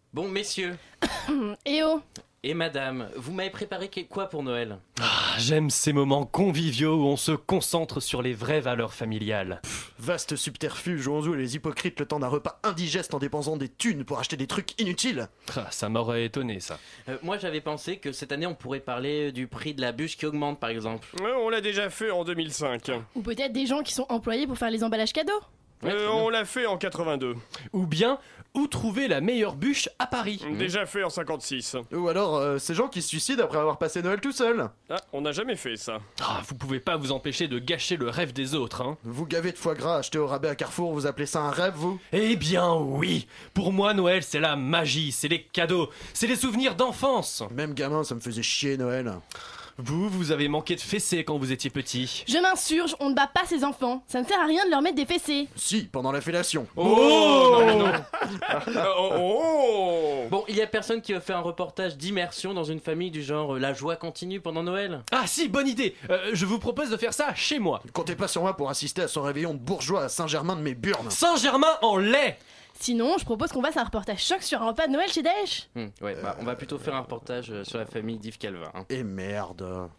Bon, messieurs Eh oh, et madame, vous m'avez préparé quoi pour Noël ? J'aime ces moments conviviaux où on se concentre sur les vraies valeurs familiales. Vaste subterfuge où on joue les hypocrites le temps d'un repas indigeste en dépensant des thunes pour acheter des trucs inutiles. Ça m'aurait étonné, ça. Moi, j'avais pensé que cette année, on pourrait parler du prix de la bûche qui augmente, par exemple. On l'a déjà fait en 2005. ou peut-être des gens qui sont employés pour faire les emballages cadeaux. Ouais, très bien. On l'a fait en 82. Ou bien, où trouver la meilleure bûche à Paris. Déjà fait en 56. Ou alors ces gens qui se suicident après avoir passé Noël tout seul. Ah, on n'a jamais fait ça. Vous pouvez pas vous empêcher de gâcher le rêve des autres, hein. Vous gavez de foie gras acheté au rabais à Carrefour, vous appelez ça un rêve, vous ? Eh bien oui. Pour moi, Noël, c'est la magie, c'est les cadeaux, c'est les souvenirs d'enfance. Même gamin, ça me faisait chier Noël. Vous avez manqué de fessées quand vous étiez petit. Je m'insurge, on ne bat pas ses enfants. Ça ne sert à rien de leur mettre des fessées. Si, pendant la fellation. Non. Bon, il y a personne qui va faire un reportage d'immersion dans une famille du genre la joie continue pendant Noël ? Ah si, bonne idée. Je vous propose de faire ça chez moi. Comptez pas sur moi pour assister à son réveillon de bourgeois à Saint-Germain de mes burnes. Saint-Germain en lait. Sinon, je propose qu'on fasse un reportage choc sur un repas de Noël chez Daesh. Ouais, on va plutôt faire un reportage sur la famille d'Yves Calva. Hein. Et merde.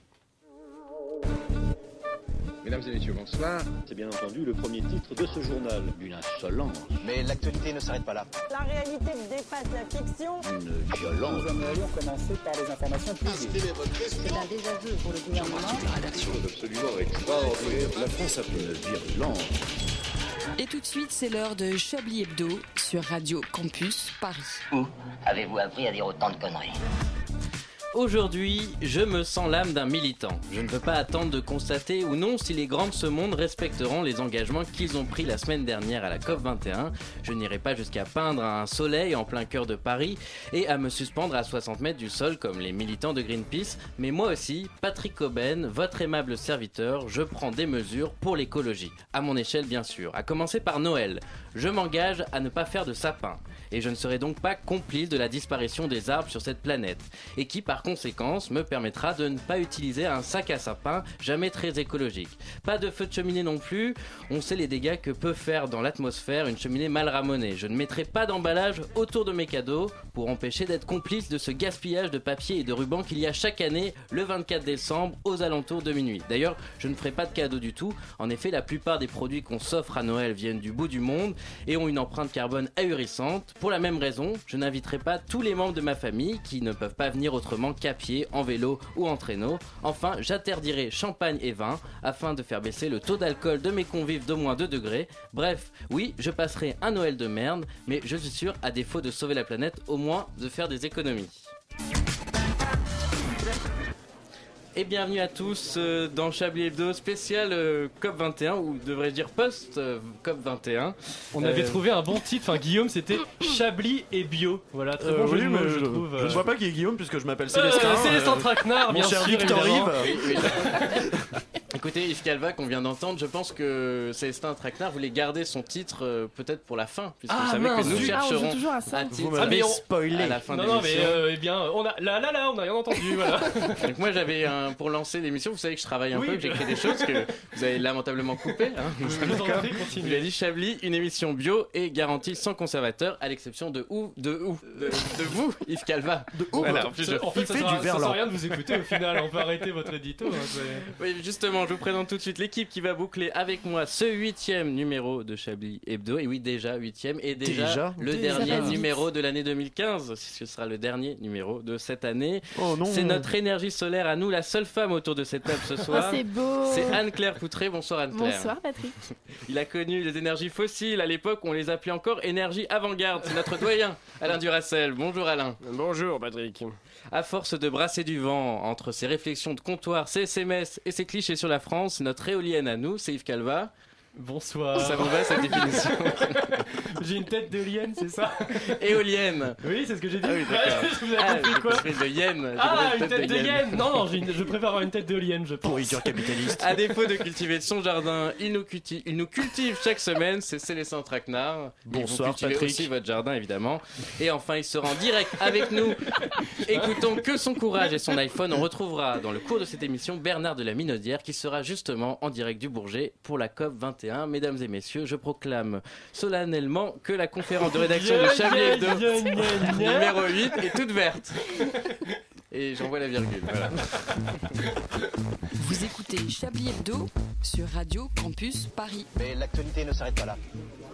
Mesdames et messieurs, bonsoir. C'est bien entendu le premier titre de ce journal. Une insolence, Mais l'actualité ne s'arrête pas là. La réalité dépasse la fiction. une violence. Nous aimerions commencer par les informations privées. C'est un désaveu pour le gouvernement. La rédaction est absolument extraordinaire. La France a fait une virulence. Et tout de suite, c'est l'heure de Chablis Hebdo sur Radio Campus Paris. Où avez-vous appris à dire autant de conneries ? Aujourd'hui, je me sens l'âme d'un militant. Je ne veux pas attendre de constater ou non si les grands de ce monde respecteront les engagements qu'ils ont pris la semaine dernière à la COP21. Je n'irai pas jusqu'à peindre un soleil en plein cœur de Paris et à me suspendre à 60 mètres du sol comme les militants de Greenpeace. Mais moi aussi, Patrick Coben, votre aimable serviteur, je prends des mesures pour l'écologie. À mon échelle, bien sûr. À commencer par Noël. Je m'engage à ne pas faire de sapin. Et je ne serai donc pas complice de la disparition des arbres sur cette planète. Et qui, par conséquence, me permettra de ne pas utiliser un sac à sapin jamais très écologique. Pas de feu de cheminée non plus. On sait les dégâts que peut faire dans l'atmosphère une cheminée mal ramonée. Je ne mettrai pas d'emballage autour de mes cadeaux pour empêcher d'être complice de ce gaspillage de papier et de ruban qu'il y a chaque année le 24 décembre aux alentours de minuit. D'ailleurs, je ne ferai pas de cadeaux du tout. En effet, la plupart des produits qu'on s'offre à Noël viennent du bout du monde et ont une empreinte carbone ahurissante. Pour la même raison, je n'inviterai pas tous les membres de ma famille qui ne peuvent pas venir autrement qu'à pied, en vélo ou en traîneau. Enfin, j'interdirai champagne et vin afin de faire baisser le taux d'alcool de mes convives d'au moins 2 degrés. Bref, oui, je passerai un Noël de merde, mais je suis sûr, à défaut de sauver la planète, au moins de faire des économies. Et bienvenue à tous dans Chablis Hebdo spécial COP21, ou devrais-je dire post-COP21. On avait trouvé un bon titre, enfin Guillaume, c'était Chablis et bio. Voilà, très bon jeu de mots, je trouve. Je ne vois pas qui est Guillaume puisque je m'appelle Célestin. Célestin Traquenard, bien mon cher sûr, Victor évidemment. Rive. Écoutez, Yves Calva qu'on vient d'entendre, je pense que Célestin Traquenard voulait garder son titre peut-être pour la fin, puisque vous savez que nous on joue chercherons toujours à ça. un titre Vous m'avez à spoilé. la fin de Non, mais l'émission. eh bien, on a on a rien entendu, voilà. Donc moi j'avais pour lancer l'émission, vous savez que je travaille un Oui, peu, que j'écris des choses que vous avez lamentablement coupées. Hein. Je vous en prie, Vous continuez. avez dit Chablis, une émission bio et garantie sans conservateur, à l'exception de vous, Yves Calva. Voilà, en plus, En fait, ça fait sert, du ça verlan. sert à rien de vous écouter au final, on peut arrêter votre édito. Hein, Oui, justement, je vous présente tout de suite l'équipe qui va boucler avec moi ce 8e numéro de Chablis Hebdo. Et oui, déjà 8e, et déjà le Déjà dernier Ça passe vite. numéro de l'année 2015. Ce sera le dernier numéro de cette année. Oh non. C'est notre énergie solaire à nous, la seule femme autour de cette table ce Oh, soir. c'est beau. C'est Anne-Claire Poutré. Bonsoir Anne-Claire. Bonsoir Patrick. Il a connu les énergies fossiles. À l'époque, on les appelait encore énergie avant-garde. C'est notre doyen, Alain Duracell. Bonjour Alain. Bonjour Patrick. À force de brasser du vent entre ses réflexions de comptoir, ses SMS et ses clichés sur la France, notre éolienne à nous, c'est Yves Calva. Bonsoir. Ça vous va cette définition? J'ai une tête d'éolienne, c'est ça? Éolienne. Oui, c'est ce que j'ai dit. Ah oui, d'accord. Vous avez compris quoi? J'ai compris de yen. Ah, J'ai une tête de hyène. Non, je préfère avoir une tête d'éolienne, je pense. Pourriture capitaliste. À défaut de cultiver de son jardin, il nous cultive chaque semaine, c'est Célestin Traquenard. Bonsoir, Vous cultivez Patrick. aussi votre jardin, évidemment. Et enfin, il sera en direct avec nous. Écoutons que son courage et son iPhone. On retrouvera dans le cours de cette émission Bernard de la Minaudière qui sera justement en direct du Bourget pour la COP 21. COP21. Mesdames et messieurs, je proclame solennellement que la conférence de rédaction de Chablis Hebdo numéro 8 est toute verte. Et j'envoie la virgule, voilà. Vous écoutez Chablis Hebdo sur Radio Campus Paris. Mais l'actualité ne s'arrête pas là.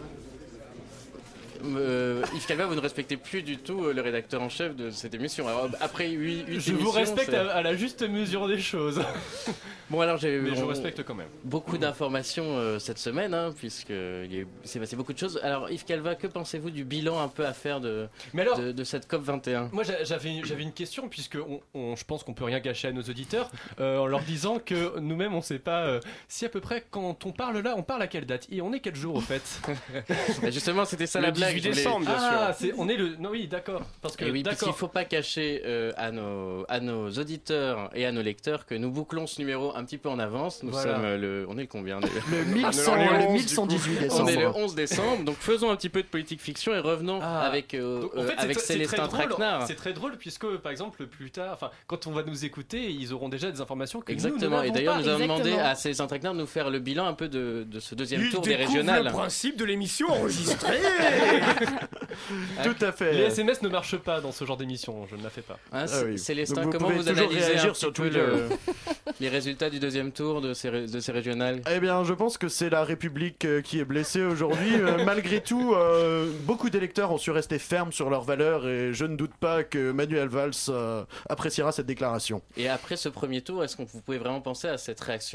Yves Calva, vous ne respectez plus du tout le rédacteur en chef de cette émission. Alors, après 8 Je vous respecte à la juste mesure des choses. Bon, alors mais je respecte quand même. Beaucoup d'informations cette semaine, puisqu'il s'est passé beaucoup de choses. Alors Yves Calva, que pensez-vous du bilan un peu à faire de cette COP21 ? Moi j'avais une question, puisque je pense qu'on peut rien cacher à nos auditeurs, en leur disant que nous-mêmes on sait pas si à peu près quand on parle là, on parle à quelle date et on est quel jour au fait. Justement, c'était ça la blague. 18 décembre, bien sûr. On est le. Non, oui, d'accord. Parce que oui, parce qu'il faut pas cacher à nos auditeurs et à nos lecteurs que nous bouclons ce numéro un petit peu en avance. Nous sommes on est le combien Le 1118 décembre. On est le 11 décembre, donc faisons un petit peu de politique fiction et revenons avec Célestin Traquenard. C'est très drôle puisque par exemple plus tard, quand on va nous écouter, ils auront déjà des informations que exactement. Nous et d'ailleurs, pas. nous avons demandé à Célestin Traquenard de nous faire le bilan un peu de ce deuxième tour des régionales. Le principe de l'émission enregistrée. Tout à fait. Les SMS ne marchent pas dans ce genre d'émission, je ne la fais pas. Célestin, comment vous analysez un petit peu les résultats du deuxième tour de ces régionales ? Eh bien, je pense que c'est la République qui est blessée aujourd'hui. Malgré tout, beaucoup d'électeurs ont su rester fermes sur leurs valeurs et je ne doute pas que Manuel Valls appréciera cette déclaration. Et après ce premier tour, est-ce que vous pouvez vraiment penser à cette réaction ?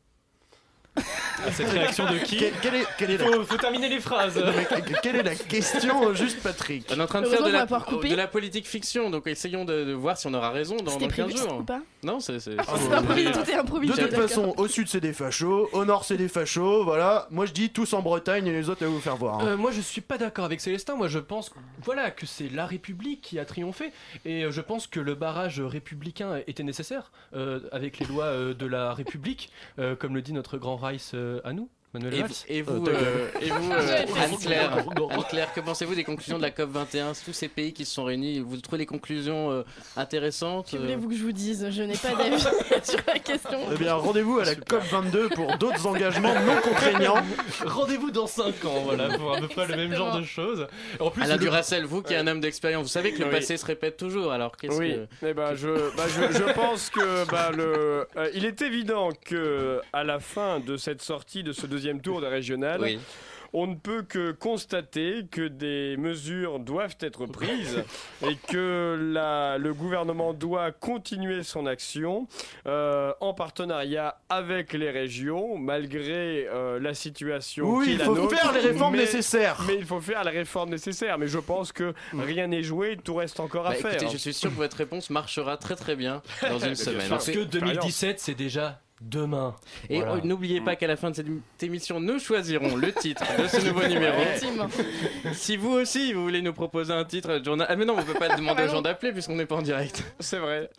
À cette réaction de qui ? Faut terminer les phrases. Quelle est la question, juste Patrick ? On est en train de faire de la politique fiction, donc essayons de voir si on aura raison dans 15 jours. Ou pas ? Non, c'est tout est improvisé. De toute façon, au sud c'est des fachos, au nord c'est des fachos, voilà. Moi je dis tous en Bretagne et les autres à vous faire voir. Moi je suis pas d'accord avec Célestin, moi je pense que c'est la République qui a triomphé et je pense que le barrage républicain était nécessaire avec les lois de la République, comme le dit notre grand Rice à nous. Manuel Valls. Et vous, Anne-Claire, que pensez-vous des conclusions de la COP21 ? Tous ces pays qui se sont réunis, vous trouvez les conclusions intéressantes ? Que voulez-vous que je vous dise ? Je n'ai pas d'avis sur la question. Eh bien, rendez-vous à la COP22 pour d'autres engagements non contraignants. Rendez-vous dans 5 ans, voilà, pour à peu près le même genre de choses. En plus, Alain Duracell, vous qui êtes un homme d'expérience, vous savez que le passé se répète toujours, alors qu'est-ce que... Je pense que il est évident que à la fin de cette sortie de ce deuxième tour des régionales, on ne peut que constater que des mesures doivent être prises et que le gouvernement doit continuer son action en partenariat avec les régions, malgré la situation qui est la nôtre. Oui, il faut faire les réformes nécessaires. Mais il faut faire les réformes nécessaires. Mais je pense que rien n'est joué, tout reste encore à faire. Écoutez, je suis sûr que votre réponse marchera très très bien dans une semaine. Parce que 2017, c'est déjà... demain. Et n'oubliez pas qu'à la fin de cette émission, nous choisirons le titre de ce nouveau numéro. Si vous aussi, vous voulez nous proposer un titre de journal... Ah mais non, on ne peut pas demander aux gens d'appeler puisqu'on n'est pas en direct. C'est vrai.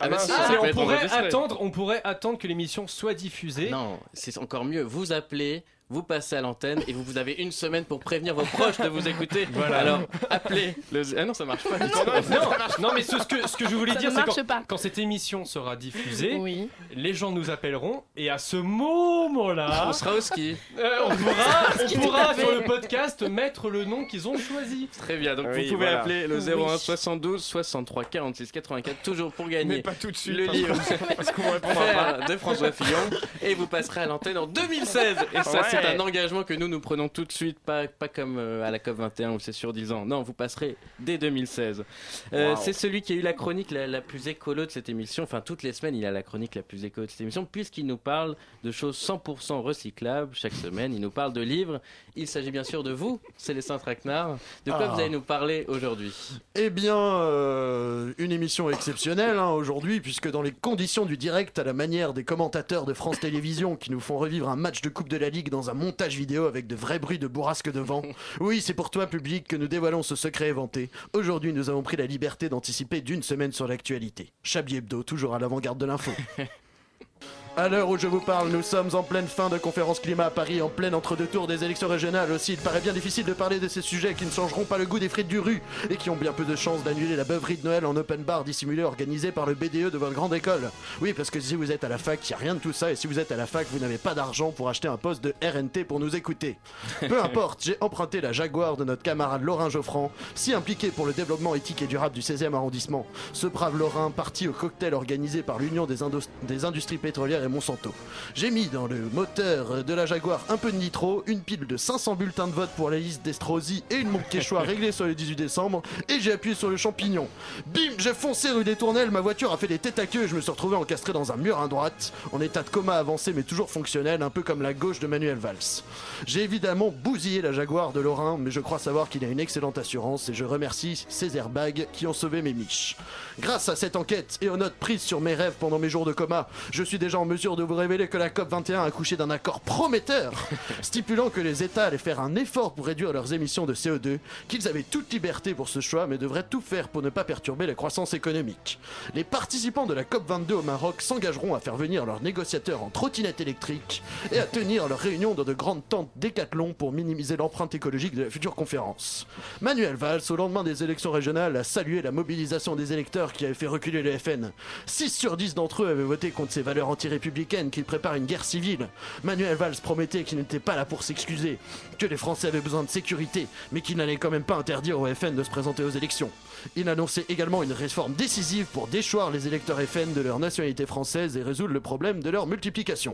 On pourrait attendre que l'émission soit diffusée. Non, c'est encore mieux. Vous appelez... Vous passez à l'antenne et vous avez une semaine pour prévenir vos proches de vous écouter. Voilà. Alors, appelez le... Ah non, ça marche pas. Non, mais ce que je voulais dire, c'est quand cette émission sera diffusée, les gens nous appelleront et à ce moment-là... On sera au ski. On pourra sur le podcast mettre le nom qu'ils ont choisi. Très bien, donc vous pouvez appeler le 01 72 63 46 84 toujours pour gagner. Mais pas tout de suite, le livre parce qu'on répondra pas. De François Fillon et vous passerez à l'antenne en 2016. Et ça, c'est un engagement que nous prenons tout de suite, pas comme à la COP21 où c'est sur 10 ans. Non, vous passerez dès 2016. C'est celui qui a eu la chronique la plus écolo de cette émission. Enfin, toutes les semaines, il a la chronique la plus écolo de cette émission puisqu'il nous parle de choses 100% recyclables chaque semaine. Il nous parle de livres. Il s'agit bien sûr de vous, Célestin Traquenard. De quoi vous allez nous parler aujourd'hui ? Eh bien, une émission exceptionnelle aujourd'hui, puisque dans les conditions du direct, à la manière des commentateurs de France Télévisions qui nous font revivre un match de Coupe de la Ligue dans un montage vidéo avec de vrais bruits de bourrasque de vent. Oui, c'est pour toi, public, que nous dévoilons ce secret éventé. Aujourd'hui, nous avons pris la liberté d'anticiper d'une semaine sur l'actualité. Chablis Hebdo, toujours à l'avant-garde de l'info. À l'heure où je vous parle, nous sommes en pleine fin de conférence climat à Paris, en pleine entre-deux tours des élections régionales. Aussi, il paraît bien difficile de parler de ces sujets qui ne changeront pas le goût des frites du rue et qui ont bien peu de chances d'annuler la beuverie de Noël en open bar dissimulé organisé par le BDE de votre grande école. Oui, parce que si vous êtes à la fac, il n'y a rien de tout ça, et si vous êtes à la fac, vous n'avez pas d'argent pour acheter un poste de RNT pour nous écouter. Peu importe, j'ai emprunté la Jaguar de notre camarade Lorrain Geoffrand, si impliqué pour le développement éthique et durable du 16e arrondissement. Ce brave Lorrain, parti au cocktail organisé par l'Union des industries pétrolières et Monsanto. J'ai mis dans le moteur de la Jaguar un peu de nitro, une pile de 500 bulletins de vote pour la liste d'Estrosi et une montre Quechua réglée sur le 18 décembre, et j'ai appuyé sur le champignon. Bim, j'ai foncé rue des Tournelles, ma voiture a fait des têtes à queue et je me suis retrouvé encastré dans un mur à droite, en état de coma avancé mais toujours fonctionnel, un peu comme la gauche de Manuel Valls. J'ai évidemment bousillé la Jaguar de Lorrain, mais je crois savoir qu'il a une excellente assurance et je remercie ses airbags qui ont sauvé mes miches. Grâce à cette enquête et aux notes prises sur mes rêves pendant mes jours de coma, je suis déjà en mesure de vous révéler que la COP21 a accouché d'un accord prometteur, stipulant que les États allaient faire un effort pour réduire leurs émissions de CO2, qu'ils avaient toute liberté pour ce choix, mais devraient tout faire pour ne pas perturber la croissance économique. Les participants de la COP22 au Maroc s'engageront à faire venir leurs négociateurs en trottinette électrique et à tenir leurs réunions dans de grandes tentes Décathlon pour minimiser l'empreinte écologique de la future conférence. Manuel Valls, au lendemain des élections régionales, a salué la mobilisation des électeurs qui avaient fait reculer le FN. 6 sur 10 d'entre eux avaient voté contre ces valeurs anti-républicaines qu'il prépare une guerre civile. Manuel Valls promettait qu'il n'était pas là pour s'excuser, que les Français avaient besoin de sécurité, mais qu'il n'allait quand même pas interdire au FN de se présenter aux élections. Il annonçait également une réforme décisive pour déchoir les électeurs FN de leur nationalité française et résoudre le problème de leur multiplication.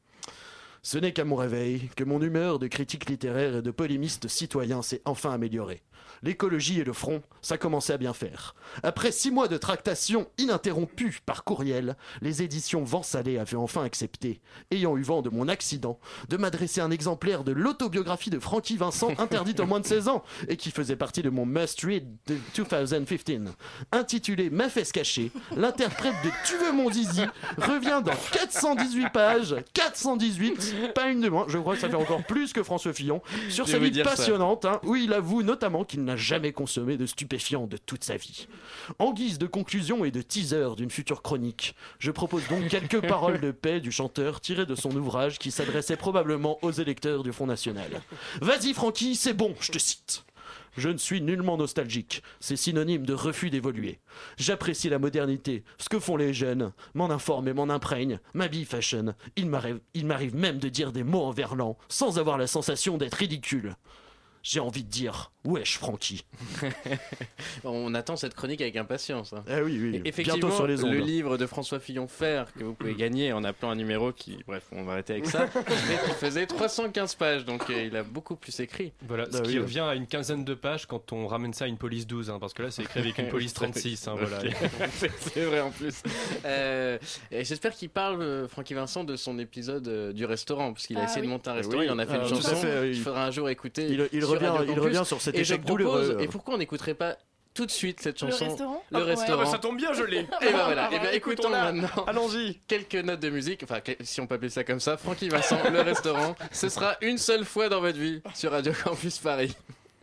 Ce n'est qu'à mon réveil que mon humeur de critique littéraire et de polémiste citoyen s'est enfin améliorée. L'écologie et le front, ça commençait à bien faire. Après 6 mois de tractation ininterrompue par courriel, les éditions Vent Salé avaient enfin accepté, ayant eu vent de mon accident, de m'adresser un exemplaire de l'autobiographie de Francky Vincent interdite aux moins de 16 ans et qui faisait partie de mon must-read de 2015. Intitulé Ma fesse cachée, l'interprète de Tu veux mon zizi revient dans 418 pages, 418, pas une de moins, je crois que ça fait encore plus que François Fillon, sur sa vie passionnante, où il avoue notamment qu'il n'a jamais consommé de stupéfiants de toute sa vie. En guise de conclusion et de teaser d'une future chronique, je propose donc quelques paroles de paix du chanteur tirées de son ouvrage qui s'adressait probablement aux électeurs du Front National. Vas-y Francky, c'est bon, je te cite. Je ne suis nullement nostalgique, c'est synonyme de refus d'évoluer. J'apprécie la modernité, ce que font les jeunes, m'en informe et m'en imprègne, m'habille fashion. Il m'arrive même de dire des mots en verlan, sans avoir la sensation d'être ridicule. J'ai envie de dire, wesh Francky. On attend cette chronique avec impatience. Hein. Eh oui, oui. Effectivement, bientôt sur les ondes. Le livre de François Fillon-Fer que vous pouvez gagner en appelant un numéro qui, bref, on va arrêter avec ça, mais qui faisait 315 pages, donc il a beaucoup plus écrit. Voilà, ce qui revient à une quinzaine de pages quand on ramène ça à une police 12, hein, parce que là c'est écrit avec une police 36. Hein, voilà. C'est vrai en plus. Et j'espère qu'il parle, Francky Vincent, de son épisode du restaurant, parce qu'il a essayé de monter un restaurant, il en a fait une chanson, il faudra un jour écouter. Il revient sur cet échec douloureux. Et pourquoi on n'écouterait pas tout de suite cette chanson? Le restaurant. Ah bah ça tombe bien, je l'ai. Et ben voilà. Et bien écoutons maintenant. Allons-y. Quelques notes de musique, enfin si on peut appeler ça comme ça. Francky Vincent, Le Restaurant. Ce sera une seule fois dans votre vie sur Radio Campus Paris.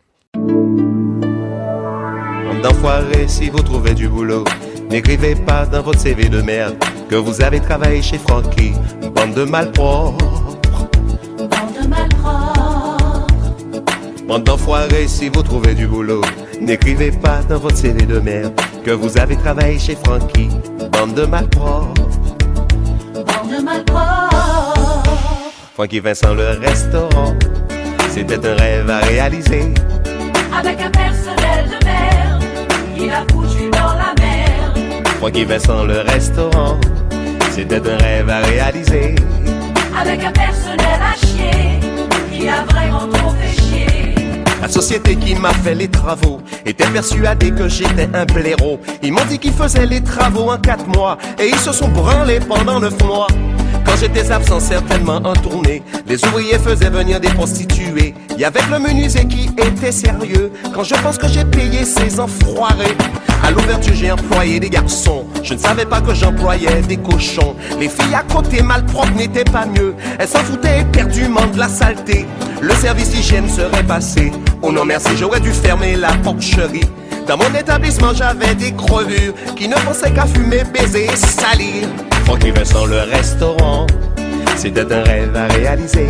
Bande d'enfoirés, si vous trouvez du boulot, n'écrivez pas dans votre CV de merde que vous avez travaillé chez Francky. Bande de malpropres. Bande de malpropres. Bande d'enfoirés, si vous trouvez du boulot, n'écrivez pas dans votre CV de merde que vous avez travaillé chez Francky. Bande de malpropres. Bande de malpropres. Francky Vincent, Le Restaurant, c'était un rêve à réaliser. Avec un personnel de merde, il a foutu dans la merde. Francky Vincent, Le Restaurant, c'était un rêve à réaliser. Avec un personnel à chier, il a vraiment trop fait chier. La société qui m'a fait les travaux était persuadée que j'étais un blaireau. Ils m'ont dit qu'ils faisaient les travaux en 4 mois et ils se sont branlés pendant 9 mois. Quand j'étais absent certainement en tournée, les ouvriers faisaient venir des prostituées. Y avait le menuisier qui était sérieux. Quand je pense que j'ai payé ces enfoirés. À l'ouverture j'ai employé des garçons. Je ne savais pas que j'employais des cochons. Les filles à côté malpropres n'étaient pas mieux. Elles s'en foutaient éperdument de la saleté. Le service hygiène serait passé. Oh non merci, j'aurais dû fermer la porcherie. Dans mon établissement j'avais des crevures qui ne pensaient qu'à fumer, baiser et salir. Francky Vincent, le restaurant, c'était un rêve à réaliser.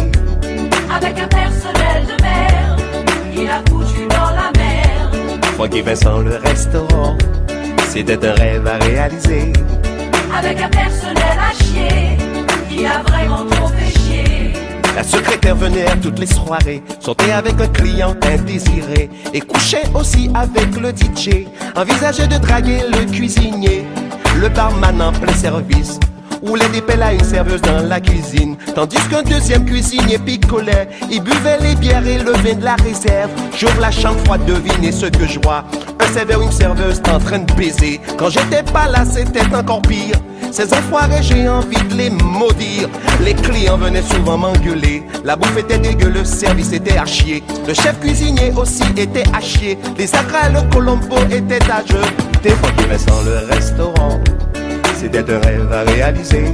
Avec un personnel de mer, il a foutu dans la mer. Francky Vincent, le restaurant, c'était un rêve à réaliser. Avec un personnel à chier, qui a vraiment trop fait chier. La secrétaire venait à toutes les soirées, sortait avec un client indésiré et couchait aussi avec le DJ. Envisageait de draguer le cuisinier, le barman en plein service. Roulait des pelles à une serveuse dans la cuisine, tandis qu'un deuxième cuisinier picolait. Il buvait les bières et le vin de la réserve. J'ouvre la chambre froide, devinez ce que je vois. Un serveur, une serveuse en train de baiser. Quand j'étais pas là, c'était encore pire. Ces enfoirés, j'ai envie de les maudire. Les clients venaient souvent m'engueuler. La bouffe était dégueu, le service était à chier. Le chef cuisinier aussi était à chier. Les acras, le Colombo étaient à jeter. Francky Vincent, le restaurant, c'était un rêve à réaliser.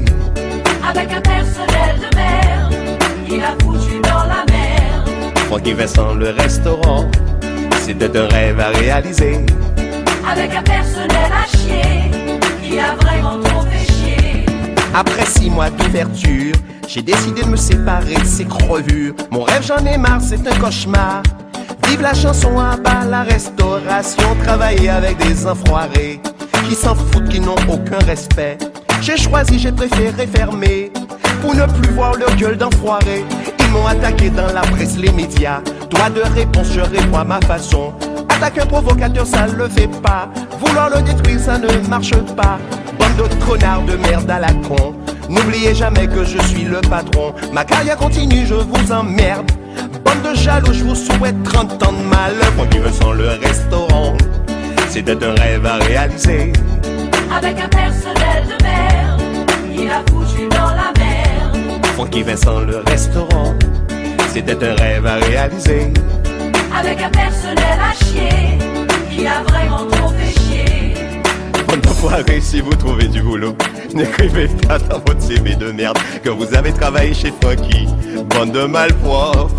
Avec un personnel de mer, il a foutu dans la mer. Francky Vincent, le restaurant, c'était un rêve à réaliser. Avec un personnel à chier, il a vraiment trop fait chier. Après 6 mois d'ouverture, j'ai décidé de me séparer de ces crevures. Mon rêve, j'en ai marre, c'est un cauchemar. Vive la chanson à bas, la restauration. Travailler avec des enfoirés qui s'en foutent, qui n'ont aucun respect. J'ai choisi, j'ai préféré fermer pour ne plus voir leur gueule d'enfoiré. Ils m'ont attaqué dans la presse, les médias. Droit de réponse, je réponds à ma façon. Attaquer un provocateur, ça le fait pas. Vouloir le détruire, ça ne marche pas. Bande de connards de merde à la con. N'oubliez jamais que je suis le patron. Ma carrière continue, je vous emmerde. Bande de jaloux, je vous souhaite 30 ans de malheur. Francky Vincent, le restaurant, c'était un rêve à réaliser. Avec un personnel de mer, il a foutu dans la mer. Francky Vincent, le restaurant, c'était un rêve à réaliser. Avec un personnel à chier, qui a vraiment trop fait chier. Bonne enfoirée, si vous trouvez du boulot, n'écrivez pas dans votre CV de merde que vous avez travaillé chez Francky. Bande de malpropres.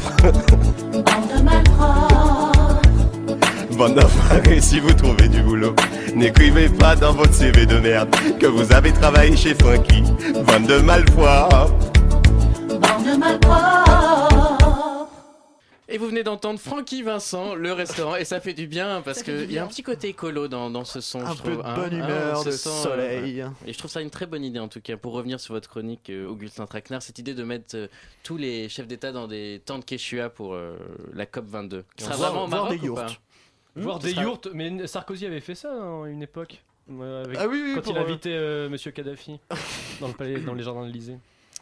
Bande de malpropres. Bande d'enfoirés, si vous trouvez du boulot, n'écrivez pas dans votre CV de merde que vous avez travaillé chez Francky. Bande de malpropres. Bande de malpropres. Et vous venez d'entendre Francky Vincent, le restaurant, et ça fait du bien parce qu'il y a un petit côté écolo dans ce son. Un je peu trouve, de bonne humeur, de soleil. Et je trouve ça une très bonne idée en tout cas, pour revenir sur votre chronique, Augustin Traquenard, cette idée de mettre tous les chefs d'État dans des tentes Quechua pour la COP22. Qui sera vraiment au Maroc ou pas ? Voir des yourtes, mais Sarkozy avait fait ça à une époque. Oui, quand il invitait Monsieur Kadhafi dans le palais, dans les jardins de l'Élysée.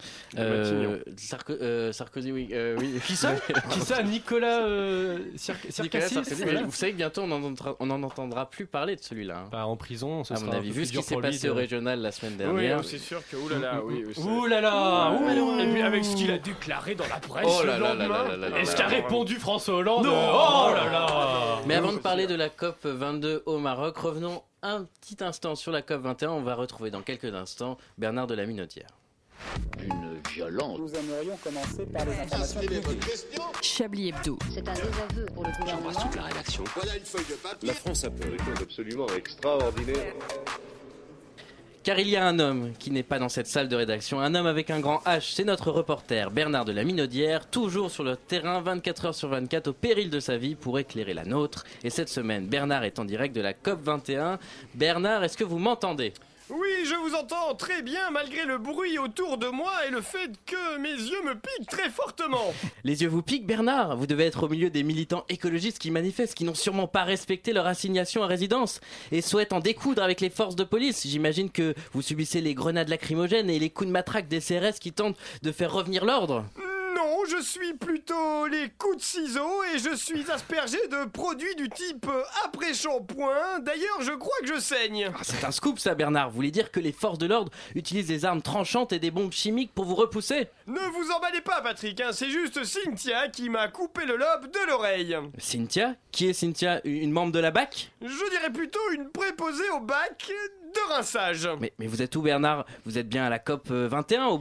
Sarkozy, oui. Qui ça Nicolas Sarkozy. Voilà. Vous savez que bientôt on en entendra plus parler de celui-là. Hein. Bah, en prison, à mon avis, vu ce qui s'est passé au régional la semaine dernière. Oui, c'est sûr que oulala, oui. Oulala. Et puis avec ce qu'il a déclaré dans la presse le lendemain. Et ce qu'a répondu François Hollande. Non. Oh là là. Mais avant de parler de la COP 22 au Maroc, revenons un petit instant sur la COP 21. On va retrouver dans quelques instants Bernard de la Minotière. Une violence. Nous aimerions commencer par les informations publiques. Chablis Hebdo. C'est un désaveu pour le gouvernement. J'embrasse toute la rédaction. Voilà une feuille de papier. La France a fait des choses absolument extraordinaires. Car il y a un homme qui n'est pas dans cette salle de rédaction, un homme avec un grand H, c'est notre reporter Bernard de la Minaudière, toujours sur le terrain 24 heures sur 24 au péril de sa vie pour éclairer la nôtre. Et cette semaine, Bernard est en direct de la COP 21. Bernard, est-ce que vous m'entendez ? Oui, je vous entends très bien malgré le bruit autour de moi et le fait que mes yeux me piquent très fortement. Les yeux vous piquent, Bernard ? Vous devez être au milieu des militants écologistes qui manifestent, qui n'ont sûrement pas respecté leur assignation à résidence et souhaitent en découdre avec les forces de police. J'imagine que vous subissez les grenades lacrymogènes et les coups de matraque des CRS qui tentent de faire revenir l'ordre. Non, je suis plutôt les coups de ciseaux et je suis aspergé de produits du type après-shampoing. D'ailleurs, je crois que je saigne. C'est un scoop ça, Bernard. Vous voulez dire que les forces de l'ordre utilisent des armes tranchantes et des bombes chimiques pour vous repousser ? Ne vous emballez pas, Patrick, hein, c'est juste Cynthia qui m'a coupé le lobe de l'oreille. Cynthia ? Qui est Cynthia ? Une membre de la BAC ? Je dirais plutôt une préposée au bac de rinçage. Mais vous êtes où, Bernard ? Vous êtes bien à la COP 21 au Bourget ?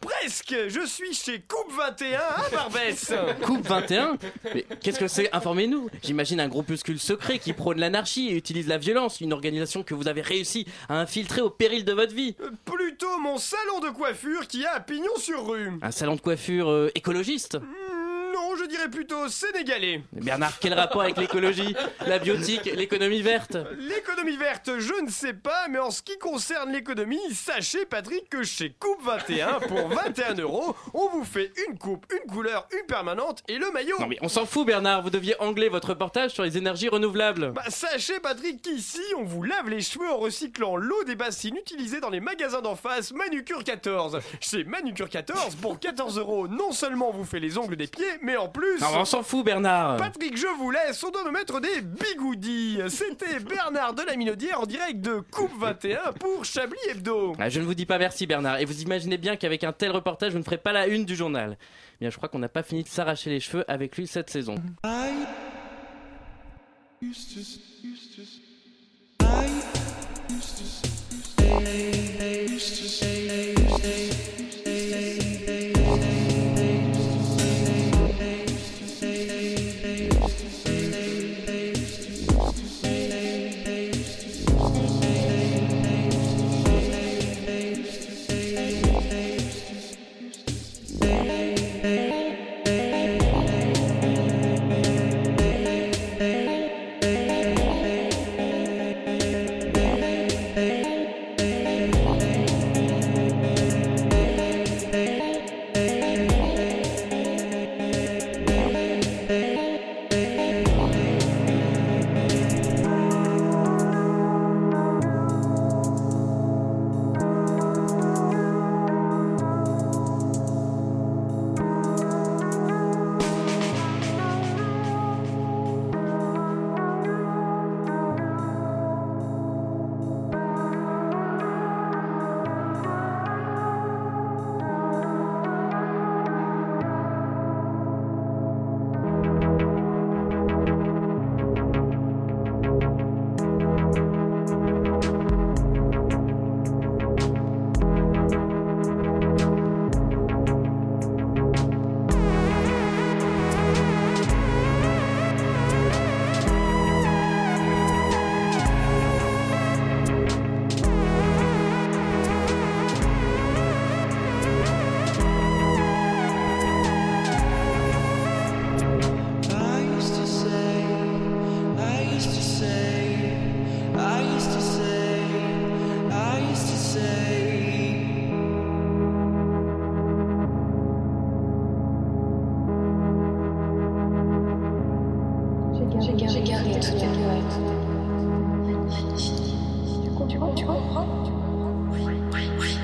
presque. Je suis chez Coupe 21 à Barbès. Coupe 21 ? Mais qu'est-ce que c'est ? Informez-nous. J'imagine un groupuscule secret qui prône l'anarchie et utilise la violence, une organisation que vous avez réussi à infiltrer au péril de votre vie. Plutôt mon salon de coiffure qui a pignon sur rue. Un salon de coiffure écologiste ? Non, je dirais plutôt sénégalais. Bernard, quel rapport avec l'écologie, la biotique, l'économie verte ? L'économie verte, je ne sais pas, mais en ce qui concerne l'économie, sachez Patrick que chez Coupe 21, pour 21 €, on vous fait une coupe, une couleur, une permanente et le maillot. Non mais on s'en fout Bernard, vous deviez angler votre reportage sur les énergies renouvelables. Bah sachez Patrick qu'ici, on vous lave les cheveux en recyclant l'eau des bassines utilisées dans les magasins d'en face Manucure 14. Chez Manucure 14, pour 14 €, non seulement on vous fait les ongles des pieds, mais en plus... Non, on s'en fout Bernard. Patrick, je vous laisse, on doit me mettre des bigoudis. C'était Bernard de la Minaudière en direct de Coupe 21 pour Chablis Hebdo. Je ne vous dis pas merci Bernard, et vous imaginez bien qu'avec un tel reportage, vous ne ferez pas la une du journal. Bien, je crois qu'on n'a pas fini de s'arracher les cheveux avec lui cette saison. J'ai gardé toutes les boîtes. Magnifique. Tu comprends? Oui.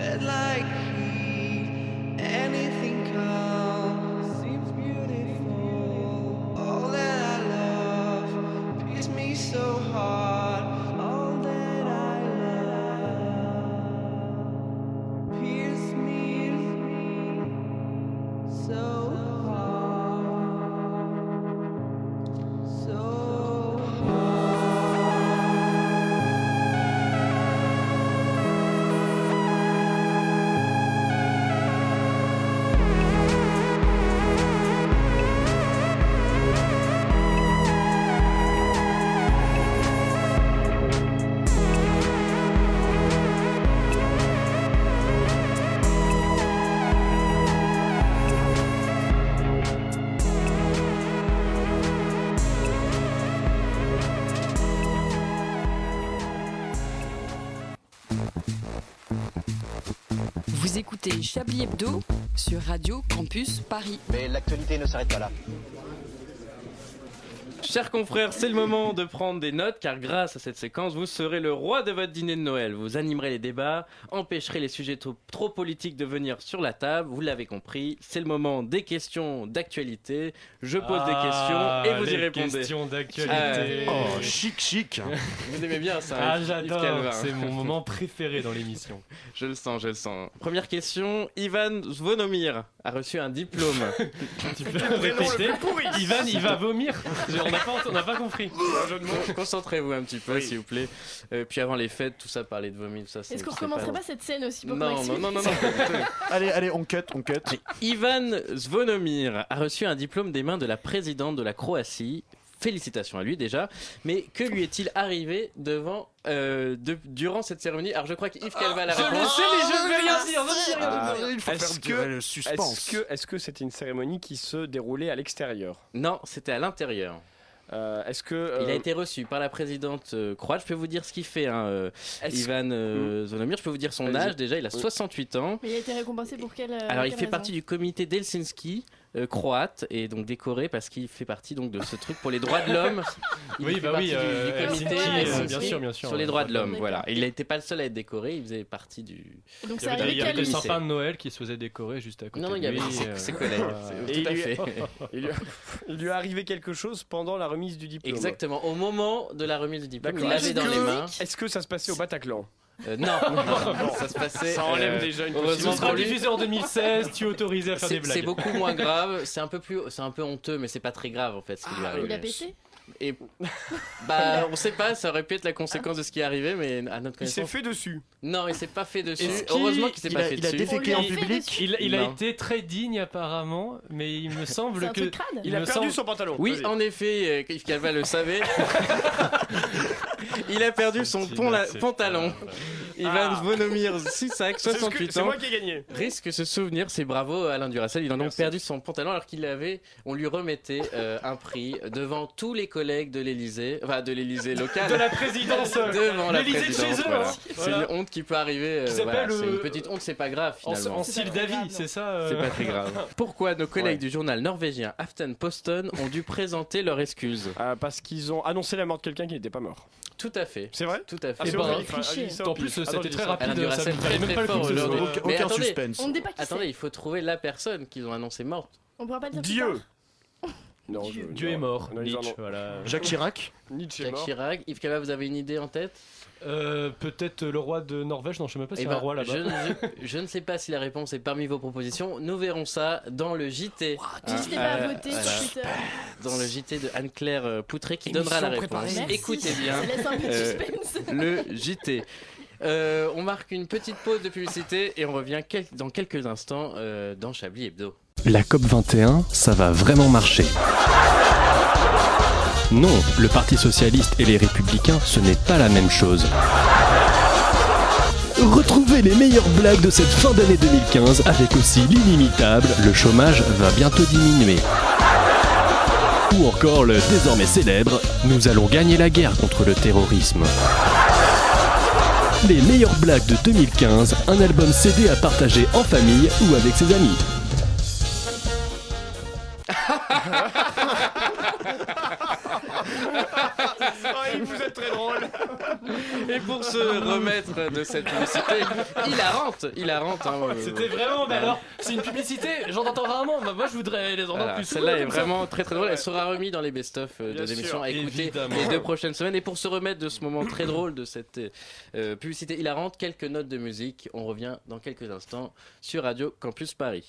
red like heat, anything comes, seems beautiful. All that I love pierces me so hard. All that I love pierces me so hard, so hard. Vous écoutez Chablis Hebdo sur Radio Campus Paris. Mais l'actualité ne s'arrête pas là. Chers confrères, c'est le moment de prendre des notes car grâce à cette séquence, vous serez le roi de votre dîner de Noël. Vous animerez les débats, empêcherez les sujets trop politiques de venir sur la table. Vous l'avez compris, c'est le moment des questions d'actualité. Je pose des questions et vous y répondez. Questions d'actualité. Oh, chic. Vous aimez bien ça, Ah, Yves j'adore, Calvin. c'est mon moment préféré dans l'émission. Je le sens. Première question, Ivan Zvonomir a reçu un diplôme. Tu peux répéter? Ivan, il va vomir. On n'a pas compris. Concentrez-vous un petit peu, s'il vous plaît. Puis avant les fêtes, tout ça, parler de vomi, tout ça. Est-ce qu'on recommencerait pas cette scène aussi pour Non. Allez, on cut. Ivan Zvonomir a reçu un diplôme des mains de la présidente de la Croatie. Félicitations à lui déjà. Mais que lui est-il arrivé durant cette cérémonie? Alors je crois qu'Yves Calva a la réponse. Je le sais, mais je ne vais rien dire. Il faut faire durer le suspense. Est-ce que c'était une cérémonie qui se déroulait à l'extérieur? Non, c'était à l'intérieur. Est-ce que il a été reçu par la présidente croate. Je peux vous dire ce qu'il fait, Ivan Zvonomir. Je peux vous dire son âge déjà. Il a 68 ans. Mais il a été récompensé pour quelle Alors il fait partie du comité d'Helsinki croate et donc décoré parce qu'il fait partie donc de ce truc pour les droits de l'homme. Il fait partie du comité bien sûr, sur les droits de l'homme. Voilà. Il n'était pas le seul à être décoré. Il faisait partie du. Donc il y avait des sapins de Noël qui se faisaient décorer juste à côté. Non, il y avait ses collègues. Tout à fait. Il lui est arrivé quelque chose pendant la remise du diplôme. Exactement. Au moment de la remise du diplôme, il l'avait dans les mains. Est-ce que ça se passait au Bataclan? Non, ça se passait. Ça enlève déjà une heureusement ce sera diffusé en 2016, tu es autorisé à faire des blagues. C'est beaucoup moins grave, c'est un peu honteux, mais c'est pas très grave en fait ce qui lui arrive. Il a pété? Et on sait pas, ça aurait pu être la conséquence de ce qui est arrivé, mais à notre connaissance. Il s'est fait dessus. Non, il s'est pas fait dessus. Heureusement qu'il s'est pas fait dessus. Il a déféqué en public. Il a été très digne apparemment, mais il me semble que il a perdu son pantalon. Oui, en effet, Yves Calva le savait. Il a perdu son pantalon. Ivan Zvonomir, 6-5, 68 ans. C'est moi qui ai gagné. Risque se souvenir, c'est bravo Alain Duracell. Il a donc perdu son pantalon alors on lui remettait un prix devant tous les collègues de l'Élysée, enfin de l'Élysée local. De la présidence. Devant la l'Élysée présidence. de chez eux. Voilà. Hein. C'est une honte qui peut arriver. C'est une petite honte, c'est pas grave finalement. En style d'avis, c'est ça. C'est pas très grave. Pourquoi nos collègues du journal norvégien Aftenposten ont dû présenter leurs excuses? Parce qu'ils ont annoncé la mort de quelqu'un qui n'était pas mort. Tout à fait. C'est vrai? Tout à fait. En plus, c'était très rapide. Ça ne même pas le coup. Aucun suspense. On ne dit pas qui Attendez, il faut trouver la personne qu'ils ont annoncée morte. On pourra pas le dire. Dieu. Non, Dieu est mort. Jacques Chirac. Jacques Chirac. Yves Calva, vous avez une idée en tête? Peut-être le roi de Norvège. Non, je sais même pas s'il y a un roi là-bas. Je ne sais pas si la réponse est parmi vos propositions. Nous verrons ça dans le JT. N'hésitez pas à voter sur Twitter. Dans le JT de Anne-Claire Poutré qui donnera la réponse. Écoutez bien. Ça laisse un peu de suspense. Le JT. On marque une petite pause de publicité et on revient dans quelques instants dans Chablis Hebdo. La COP21, ça va vraiment marcher. Non, le Parti Socialiste et les Républicains, ce n'est pas la même chose. Retrouvez les meilleures blagues de cette fin d'année 2015 avec aussi l'inimitable « Le chômage va bientôt diminuer ». Ou encore le désormais célèbre « Nous allons gagner la guerre contre le terrorisme ». Les meilleures blagues de 2015, un album CD à partager en famille ou avec ses amis. Vous êtes très drôle. Et pour se remettre de cette publicité hilarante. C'était vraiment, mais alors, c'est une publicité, j'en entends rarement. Bah, moi, je voudrais les entendre plus souvent. Celle-là est vraiment très très drôle. Elle sera remise dans les best-of de l'émission à écouter les 2 prochaines semaines. Et pour se remettre de ce moment très drôle de cette publicité hilarante, quelques notes de musique. On revient dans quelques instants sur Radio Campus Paris.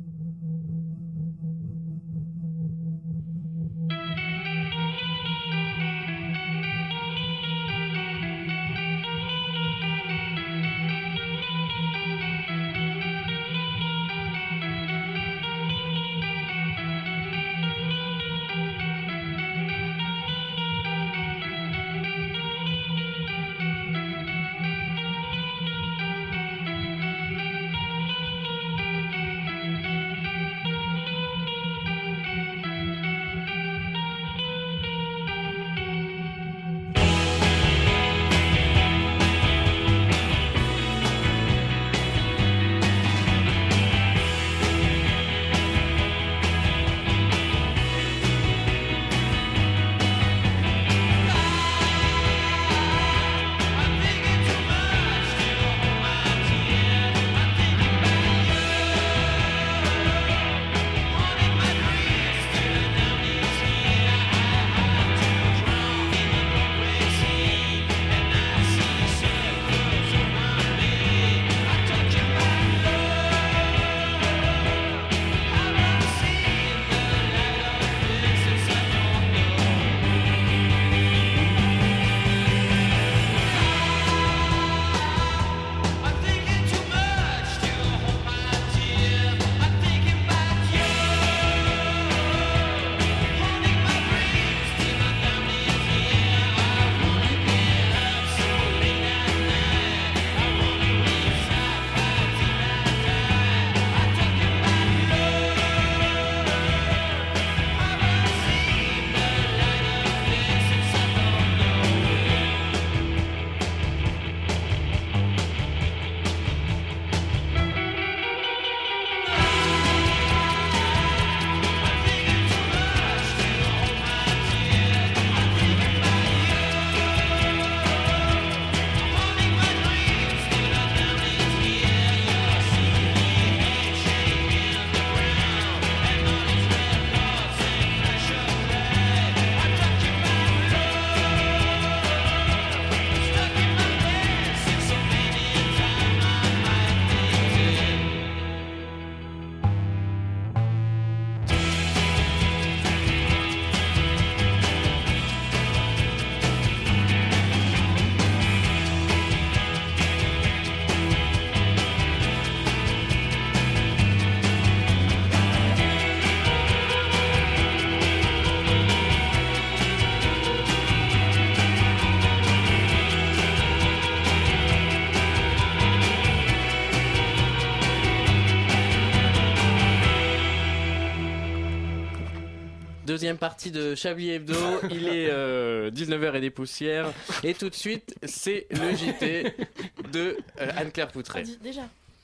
Deuxième partie de Chablis Hebdo, il est 19h et des poussières. Et tout de suite, c'est le JT de Anne-Claire Poutré. Déjà.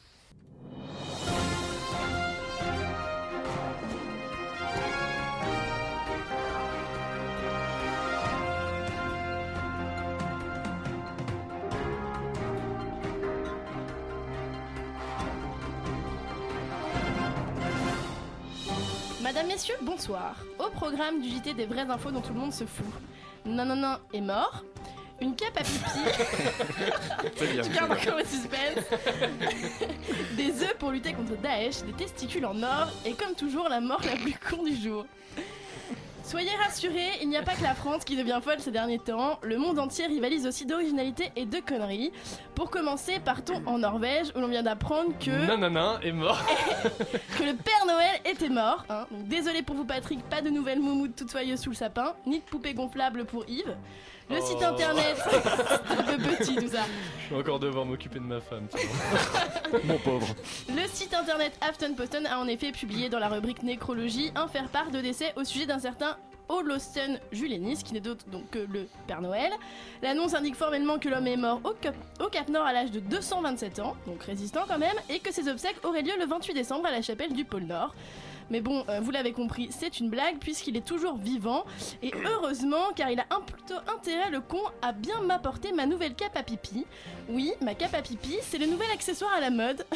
Mesdames, messieurs, bonsoir. Au programme du JT des vraies infos dont tout le monde se fout. Non est mort. Une cape à pipi. Tu gardes encore le suspense. Des œufs pour lutter contre Daesh, des testicules en or et comme toujours la mort la plus con du jour. Soyez rassurés, il n'y a pas que la France qui devient folle ces derniers temps. Le monde entier rivalise aussi d'originalité et de conneries. Pour commencer, partons en Norvège où l'on vient d'apprendre que... Non est mort. que le Père Noël était mort. Hein. Donc, désolé pour vous Patrick, pas de nouvelles moumoutes toutes soyeuses sous le sapin, ni de poupées gonflables pour Yves. Le site internet, c'est un peu petit tout ça. Je suis encore devoir m'occuper de ma femme. Mon pauvre. Le site internet Aftenposten a en effet publié dans la rubrique nécrologie un faire-part de décès au sujet d'un certain Olausen Julenis, qui n'est d'autre donc que le Père Noël. L'annonce indique formellement que l'homme est mort au Cap Nord à l'âge de 227 ans, donc résistant quand même, et que ses obsèques auraient lieu le 28 décembre à la chapelle du pôle Nord. Mais bon, vous l'avez compris, c'est une blague puisqu'il est toujours vivant. Et heureusement, car il a plutôt intérêt, le con, à bien m'apporter ma nouvelle cape à pipi. Oui, ma cape à pipi, c'est le nouvel accessoire à la mode.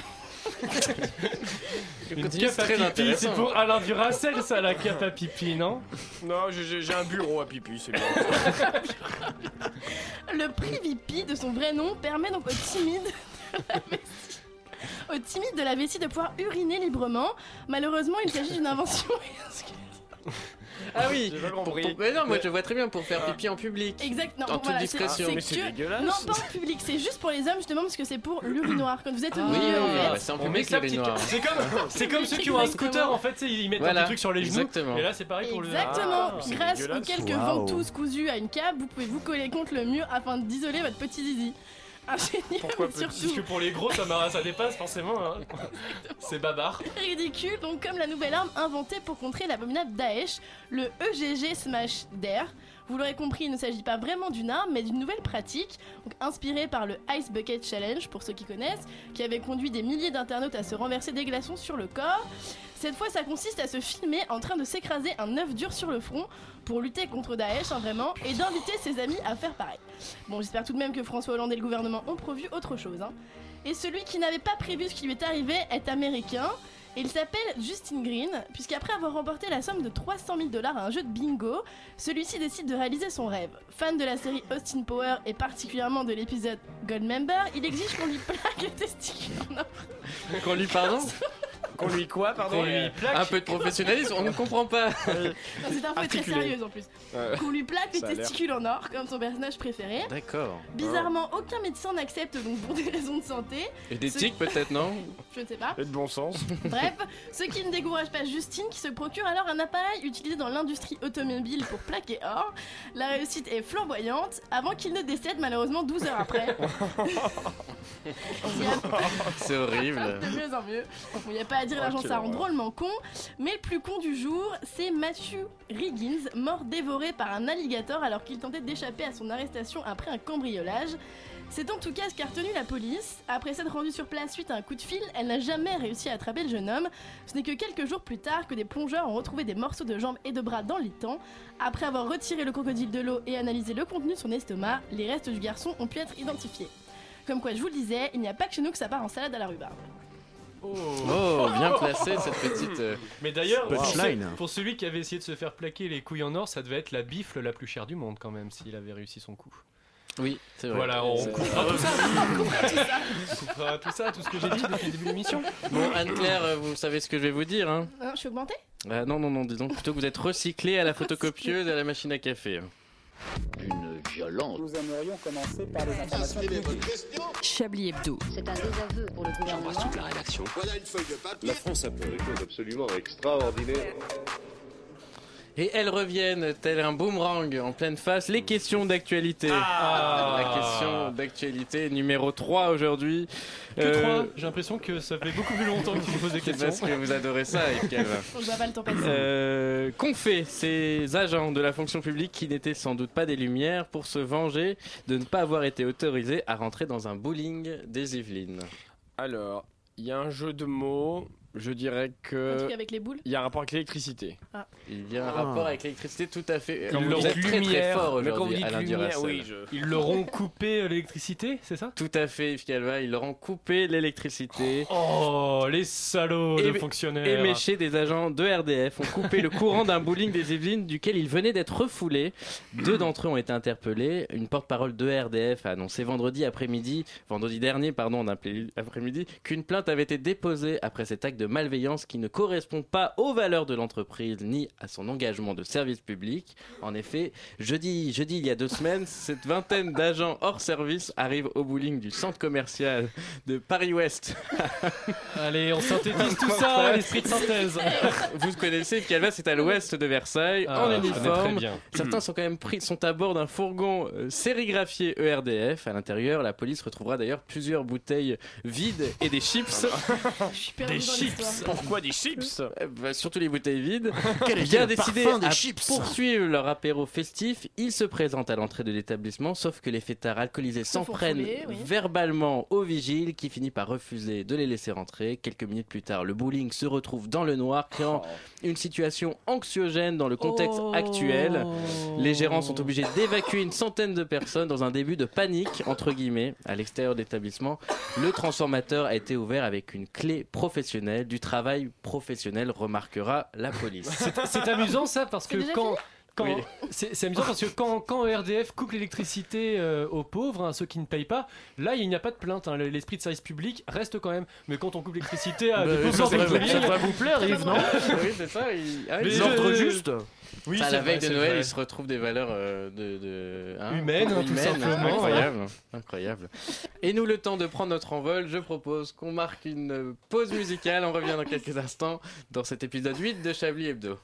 Une cape à pipi, c'est pour Alain Duracell, ça, la cape à pipi, non? Non, j'ai un bureau à pipi, c'est bien. Le Privipi de son vrai nom permet donc aux timides de la vessie de pouvoir uriner librement. Malheureusement, il s'agit d'une invention. Ah oui, j'ai pas compris. Mais non, moi je vois très bien pour faire pipi en public. Exact, non, en toute voilà, discrétion. Mais c'est dégueulasse. Non, pas en public, c'est juste pour les hommes justement parce que c'est pour l'urinoir. Quand vous êtes au Oui, milieu, en fait. c'est en On public met sa petite l'urinoir. C'est comme ceux qui ont un scooter en fait, ils mettent un petit truc sur les genoux. Exactement. Et là c'est pareil pour le. Exactement. c'est Grâce aux dégueulasse. quelques ventouses cousues à une cape, vous pouvez vous coller contre le mur afin d'isoler votre petit zizi. Ingénieux, Pourquoi mais petit? Parce surtout que pour les gros ça dépasse forcément. Hein. C'est babar. ridicule, donc comme la nouvelle arme inventée pour contrer l'abominable Daesh, le EGG Smash Dare. Vous l'aurez compris, il ne s'agit pas vraiment d'une arme, mais d'une nouvelle pratique, donc inspirée par le Ice Bucket Challenge, pour ceux qui connaissent, qui avait conduit des milliers d'internautes à se renverser des glaçons sur le corps. Cette fois, ça consiste à se filmer en train de s'écraser un œuf dur sur le front pour lutter contre Daesh, hein, vraiment, et d'inviter ses amis à faire pareil. Bon, j'espère tout de même que François Hollande et le gouvernement ont prévu autre chose. Hein. Et celui qui n'avait pas prévu ce qui lui est arrivé est américain. Et il s'appelle Justin Green, puisqu'après avoir remporté la somme de $300,000 à un jeu de bingo, celui-ci décide de réaliser son rêve. Fan de la série Austin Power et particulièrement de l'épisode Goldmember, il exige qu'on lui plaque les testicules en or. Qu'on lui pardon Qu'on lui quoi, pardon? Un peu de professionnalisme, on ne comprend pas. Non, cette info est très sérieuse en plus. Qu'on lui plaque les testicules en or, comme son personnage préféré. D'accord. Bizarrement, aucun médecin n'accepte donc pour des raisons de santé. Et d'éthique peut-être, non? Je ne sais pas. Et de bon sens. Bref, ce qui ne décourage pas Justine qui se procure alors un appareil utilisé dans l'industrie automobile pour plaquer or. La réussite est flamboyante avant qu'il ne décède malheureusement 12 heures après. C'est horrible. De mieux en mieux. Il n'y a pas à dire, l'argent ça rend drôlement con. Mais le plus con du jour, c'est Matthew Riggins, mort dévoré par un alligator alors qu'il tentait d'échapper à son arrestation après un cambriolage. C'est en tout cas ce qu'a retenu la police. Après s'être rendue sur place suite à un coup de fil, elle n'a jamais réussi à attraper le jeune homme. Ce n'est que quelques jours plus tard que des plongeurs ont retrouvé des morceaux de jambes et de bras dans l'étang. Après avoir retiré le crocodile de l'eau et analysé le contenu de son estomac, les restes du garçon ont pu être identifiés. Comme quoi, je vous le disais, il n'y a pas que chez nous que ça part en salade à la rhubarbe. Oh, bien placé cette petite. Mais d'ailleurs, punchline. pour celui qui avait essayé de se faire plaquer les couilles en or, ça devait être la bifle la plus chère du monde quand même, s'il avait réussi son coup. Oui, c'est vrai. Voilà, on coupera tout ça. On coupera tout ça, tout ce que j'ai dit depuis le début de l'émission. Bon, Anne-Claire, vous savez ce que je vais vous dire, hein? Je suis augmentée ? Non, disons plutôt que vous êtes recyclé à la photocopieuse et à la machine à café. Une violence. Nous aimerions commencer par les informations publiques. Chablis Hebdo. C'est un désaveu pour le gouvernement. J'embrasse toute la rédaction. Voilà une feuille de papier. La France a fait des choses absolument extraordinaires. Et elles reviennent, tel un boomerang en pleine face, les questions d'actualité. La question d'actualité numéro 3 aujourd'hui. Que 3 J'ai l'impression que ça fait beaucoup plus longtemps que tu me poses des C'est questions. parce que vous adorez ça, Yves Calva. On ne voit pas le temps passer. Qu'ont fait ces agents de la fonction publique qui n'étaient sans doute pas des Lumières pour se venger de ne pas avoir été autorisés à rentrer dans un bowling des Yvelines? Alors, il y a un jeu de mots. Je dirais Un que truc avec les boules ? il y a un rapport avec l'électricité. Il y a un rapport avec l'électricité, tout à fait. Ils Vous êtes très fort mais quand vous aujourd'hui, dites Alain lumière, Duracell. oui, Ils leur ont coupé l'électricité, c'est ça? Tout à fait, Yves Calva. Ils leur ont coupé l'électricité. Oh, les salauds de fonctionnaires. Éméchés des agents de RDF ont coupé le courant d'un bowling des Yvelines duquel ils venaient d'être refoulés. 2 d'entre eux ont été interpellés. Une porte-parole de RDF a annoncé vendredi dernier, en après-midi, qu'une plainte avait été déposée après cet acte de malveillance qui ne correspond pas aux valeurs de l'entreprise ni à son engagement de service public. En effet, jeudi il y a 2 semaines, cette vingtaine d'agents hors service arrivent au bowling du centre commercial de Paris-Ouest. Allez, on synthétise tout ça, l'esprit de synthèse. Vous connaissez, Calva, c'est à l'ouest de Versailles, en uniforme. Certains sont à bord d'un fourgon sérigraphié ERDF. À l'intérieur, la police retrouvera d'ailleurs plusieurs bouteilles vides et des chips. Je suis perdue dans chips. Pourquoi des chips? Surtout les bouteilles vides. Quel est Bien le décidé parfum des à chips? poursuivre leur apéro festif, ils se présentent à l'entrée de l'établissement, sauf que les fêtards alcoolisés s'en prennent verbalement au vigile qui finit par refuser de les laisser rentrer. Quelques minutes plus tard, le bowling se retrouve dans le noir, créant une situation anxiogène dans le contexte actuel. Les gérants sont obligés d'évacuer une centaine de personnes dans un début de panique, entre guillemets, à l'extérieur de l'établissement. Le transformateur a été ouvert avec une clé professionnelle. Du travail professionnel, remarquera la police. C'est amusant ça parce que quand Oui. c'est amusant parce que quand ERDF coupe l'électricité aux pauvres, à ceux qui ne payent pas, là il n'y a pas de plainte. L'esprit de service public reste quand même. Mais quand on coupe l'électricité à des pauvres, ça devrait vous plaire, Yves, non? Oui, c'est ça. L'ordre juste. Oui, à la veille de Noël, vrai. il se retrouve des valeurs humaines, tout simplement. Incroyable. Et nous, le temps de prendre notre envol, je propose qu'on marque une pause musicale. On revient dans quelques instants dans cet épisode 8 de Chablis Hebdo.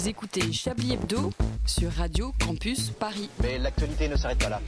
Vous écoutez Chablis Hebdo sur Radio Campus Paris. Mais l'actualité ne s'arrête pas là.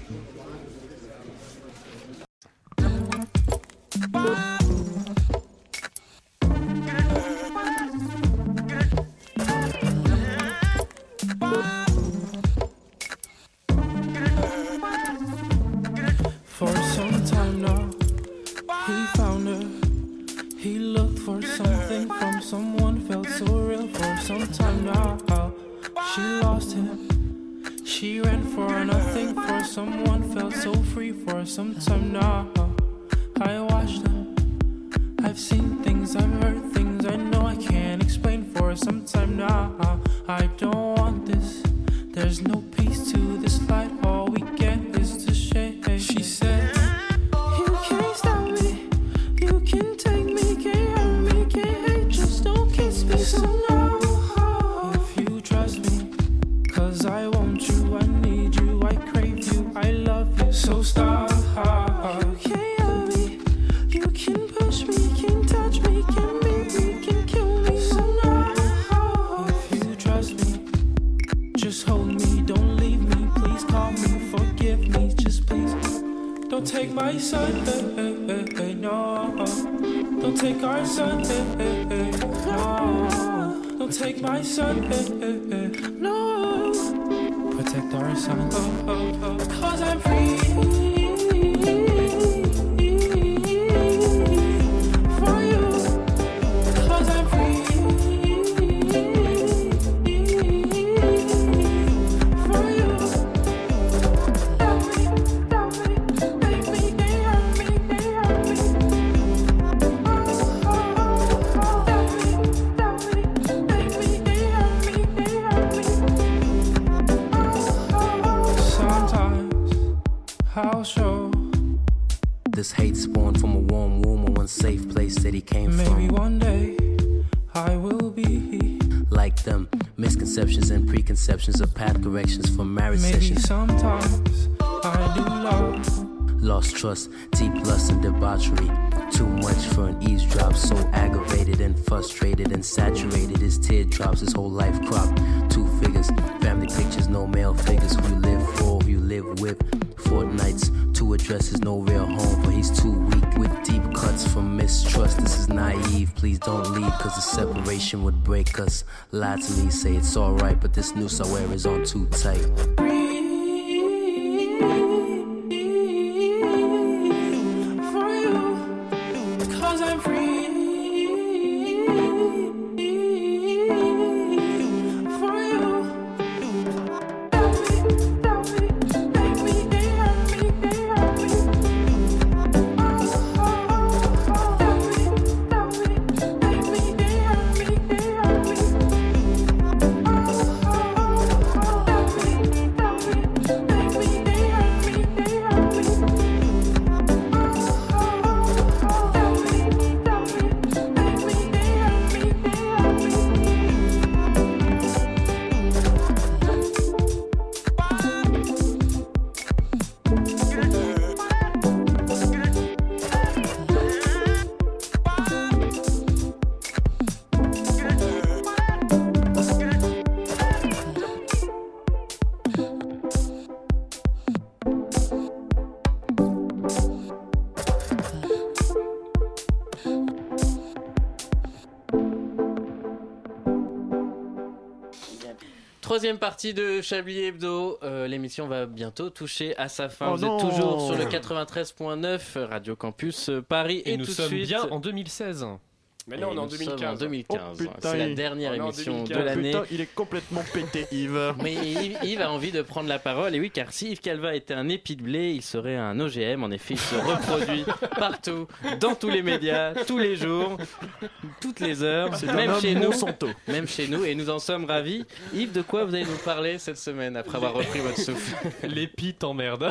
For some time now, he found her. He looked for something from someone, felt so real for some time now. She lost him. She ran for nothing for someone, felt so free for some time now. I watched them. I've seen things, I've heard things I know I can't explain for some time now. I don't want this. There's no peace to this fight. All we get is to shake. She said, you can't stop me. You can take me, can't hurt me, can't hate. Just don't kiss me. So now, if you trust me, 'cause I want you, I need you, I crave you, I love you. So stop. You can't hurt me. You can push me, can touch me, can make me, can kill me. So now, if you trust me, just hold me, don't leave me, please call me, forgive me, just please. Don't take my son, no. Don't take our son, no. Don't take my son, no. Protect our son, 'cause I'm free. For you, 'cause I'm free. For you. I'll show. This hate spawned from a warm womb, a unsafe place that he came from. Maybe one day I will be like them. Misconceptions and preconceptions of path corrections for marriage maybe sessions. Sometimes I do love. Lost trust, deep lust and debauchery. Too much for an eavesdrop. So aggravated and frustrated and saturated. His teardrops, his whole life cropped. Two figures, family pictures, no male figures. Who you live for, who you live with. Fortnights, two addresses, no real home. For he's too weak with deep cuts from mistrust. This is naive, please don't leave, 'cause the separation would break us. Lie to me, say it's alright, but this noose I wear is on too tight. Troisième partie de Chablis Hebdo. L'émission va bientôt toucher à sa fin. Vous êtes toujours sur le 93.9 Radio Campus Paris. Et nous sommes bien en 2016. Mais non, on est en 2015. En 2015. Oh, putain, c'est la dernière émission de l'année. Putain, il est complètement pété, Yves. Mais Yves a envie de prendre la parole. Et oui, car si Yves Calva était un épi de blé, il serait un OGM. En effet, il se reproduit partout, dans tous les médias, tous les jours, toutes les heures, même chez nous. Même chez nous. Et nous en sommes ravis. Yves, de quoi vous allez nous parler cette semaine après avoir repris votre souffle? L'épi t'emmerde.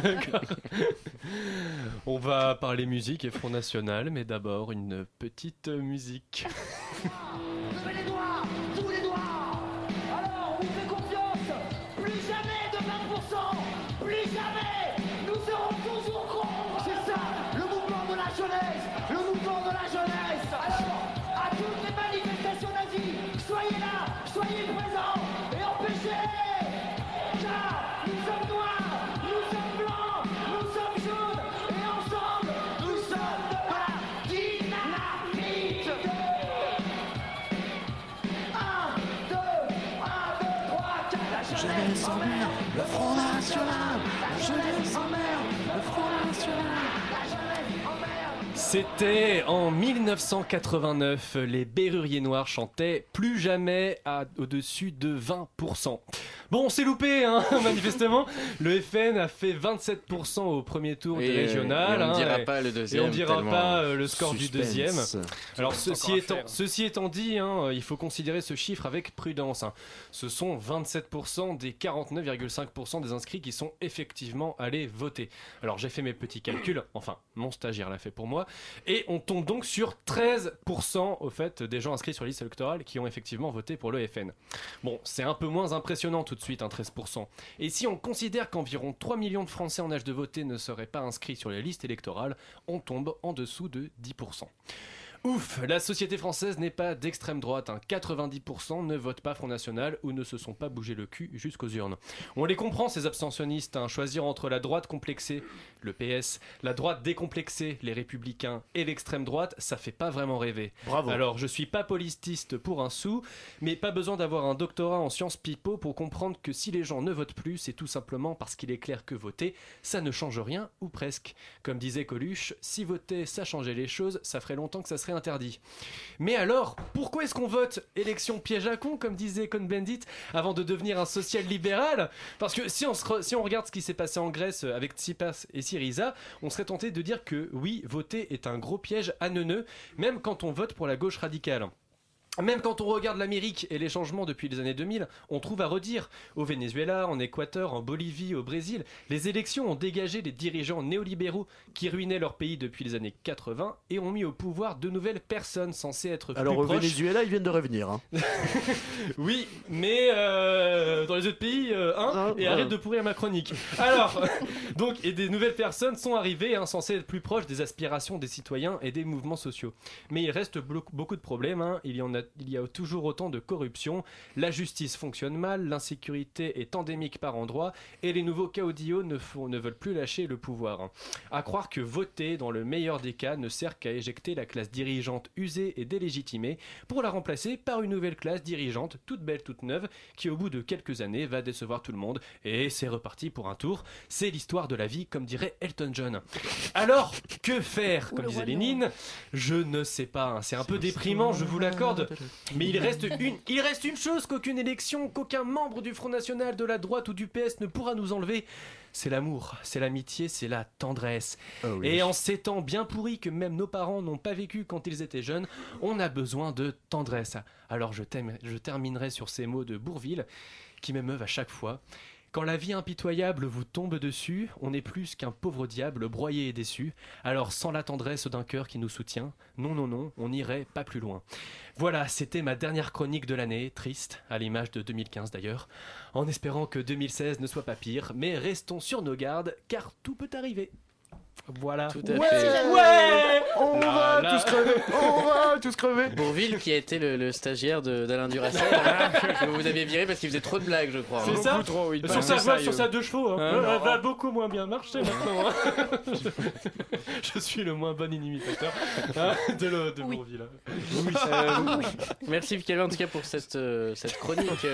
On va parler musique et Front National, mais d'abord une petite musique. Levez les doigts, tous les doigts. Alors, on vous fait confiance. Plus jamais de 20%. Plus jamais. Nous serons toujours contre. C'est ça, le mouvement de la jeunesse. Le mouvement de la jeunesse. Alors, à toutes les manifestations nazies, soyez là, soyez présents. jeunesse en mer, le Front National, la jeunesse en mer, le Front National. C'était en 1989, les Berruriers Noirs chantaient Plus jamais au-dessus de 20%. Bon, on s'est loupé, hein, manifestement. Le FN a fait 27% au premier tour des régionales. Et on ne dira pas le deuxième. Et on ne dira pas le score du deuxième. Alors, ceci étant dit, hein, il faut considérer ce chiffre avec prudence. Hein. Ce sont 27% des 49,5% des inscrits qui sont effectivement allés voter. Alors, j'ai fait mes petits calculs, enfin, mon stagiaire l'a fait pour moi. Et on tombe donc sur 13% au fait des gens inscrits sur la liste électorale qui ont effectivement voté pour le FN. Bon, c'est un peu moins impressionnant tout de suite, hein, 13%. Et si on considère qu'environ 3 millions de Français en âge de voter ne seraient pas inscrits sur les listes électorales, on tombe en dessous de 10%. Ouf, la société française n'est pas d'extrême droite, hein. 90% ne votent pas Front National ou ne se sont pas bougé le cul jusqu'aux urnes. On les comprend ces abstentionnistes, hein. Choisir entre la droite complexée, le PS, la droite décomplexée, les Républicains et l'extrême droite, ça fait pas vraiment rêver. Bravo. Alors je suis pas politiste pour un sou, mais pas besoin d'avoir un doctorat en sciences pipo pour comprendre que si les gens ne votent plus, c'est tout simplement parce qu'il est clair que voter, ça ne change rien ou presque. Comme disait Coluche, si voter ça changeait les choses, ça ferait longtemps que ça serait interdit. Mais alors, pourquoi est-ce qu'on vote élection piège à con, comme disait Cohn-Bendit, avant de devenir un social-libéral ? Parce que si on regarde ce qui s'est passé en Grèce avec Tsipras et Syriza, on serait tenté de dire que oui, voter est un gros piège à neuneux, même quand on vote pour la gauche radicale. Même quand on regarde l'Amérique et les changements depuis les années 2000, on trouve à redire. Au Venezuela, en Équateur, en Bolivie, au Brésil, les élections ont dégagé les dirigeants néolibéraux qui ruinaient leur pays depuis les années 80 et ont mis au pouvoir de nouvelles personnes censées être Alors plus au proches. Venezuela, ils viennent de revenir. Hein. Oui, mais dans les autres pays, et arrête de pourrir ma chronique. Alors, donc, et des nouvelles personnes sont arrivées, hein, censées être plus proches des aspirations des citoyens et des mouvements sociaux. Mais il reste beaucoup de problèmes, hein. Il y a toujours autant de corruption, la justice fonctionne mal, l'insécurité est endémique par endroits et les nouveaux caudillos ne veulent plus lâcher le pouvoir. À croire que voter, dans le meilleur des cas, ne sert qu'à éjecter la classe dirigeante usée et délégitimée pour la remplacer par une nouvelle classe dirigeante toute belle, toute neuve, qui au bout de quelques années va décevoir tout le monde et c'est reparti pour un tour. C'est l'histoire de la vie, comme dirait Elton John. Alors, que faire, comme disait Lénine ? Je ne sais pas, hein. C'est un peu déprimant, je vous l'accorde. Mais il reste une chose qu'aucune élection, qu'aucun membre du Front National, de la droite ou du PS ne pourra nous enlever. C'est l'amour, c'est l'amitié, c'est la tendresse. Oh oui. Et en ces temps bien pourris que même nos parents n'ont pas vécu quand ils étaient jeunes, on a besoin de tendresse. Alors je terminerai sur ces mots de Bourvil qui m'émeuvent à chaque fois. Quand la vie impitoyable vous tombe dessus, on n'est plus qu'un pauvre diable broyé et déçu. Alors sans la tendresse d'un cœur qui nous soutient, non, on n'irait pas plus loin. Voilà, c'était ma dernière chronique de l'année, triste, à l'image de 2015 d'ailleurs, en espérant que 2016 ne soit pas pire, mais restons sur nos gardes, car tout peut arriver. Voilà. Tout à fait. Ouais, on va tous crever. Bourvil qui a été le stagiaire d'Alain Duracell, que vous avez viré parce qu'il faisait trop de blagues, je crois. C'est ça. Trop, oui, sur sa voix, sur sa 2 chevaux, hein. Elle va beaucoup moins bien marcher maintenant. Hein. Je suis le moins bon imitateur de oui. Bourvil. Oui. Merci Calvin en tout cas pour cette chronique.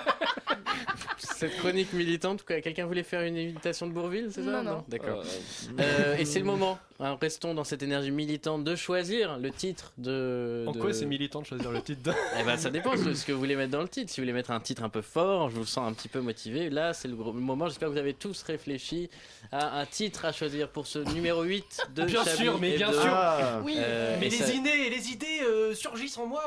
Cette chronique militante. Quelqu'un voulait faire une imitation de Bourvil, c'est ça ? Non. D'accord. Et c'est le moment, hein, restons dans cette énergie militante, de choisir le titre de... En quoi c'est militant de choisir le titre de... Eh ben, ça dépend de ce que vous voulez mettre dans le titre. Si vous voulez mettre un titre un peu fort, je vous sens un petit peu motivé. Là, c'est le moment. J'espère que vous avez tous réfléchi à un titre à choisir pour ce numéro 8 de bien Chablis sûr, mais Hebdo. bien sûr. Oui. Mais les idées surgissent en moi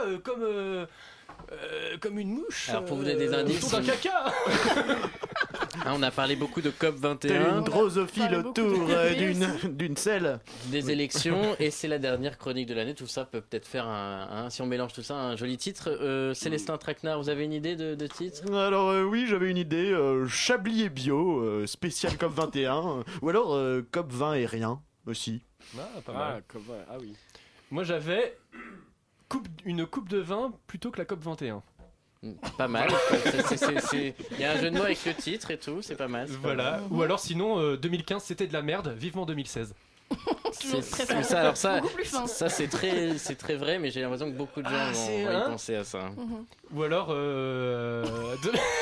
comme une mouche. Alors pour vous donner des indices, autour d'un caca. On a parlé beaucoup de COP21. T'es une drosophile autour d'une selle. Des élections, et c'est la dernière chronique de l'année. Tout ça peut peut-être faire si on mélange tout ça, un joli titre. Célestin Traquenard, vous avez une idée de titre ? Alors oui, j'avais une idée. Chablis et bio, spécial COP21. Ou alors COP20 et rien aussi. Ah, pas mal. Ah oui. Moi j'avais une coupe de vin plutôt que la COP 21. Pas mal. Il y a un jeu de mots avec le titre et tout, c'est pas mal. Voilà. Ou alors sinon 2015 c'était de la merde, vivement 2016. C'est ça, alors ça c'est très vrai, mais j'ai l'impression que beaucoup de gens vont y penser à ça. Ou alors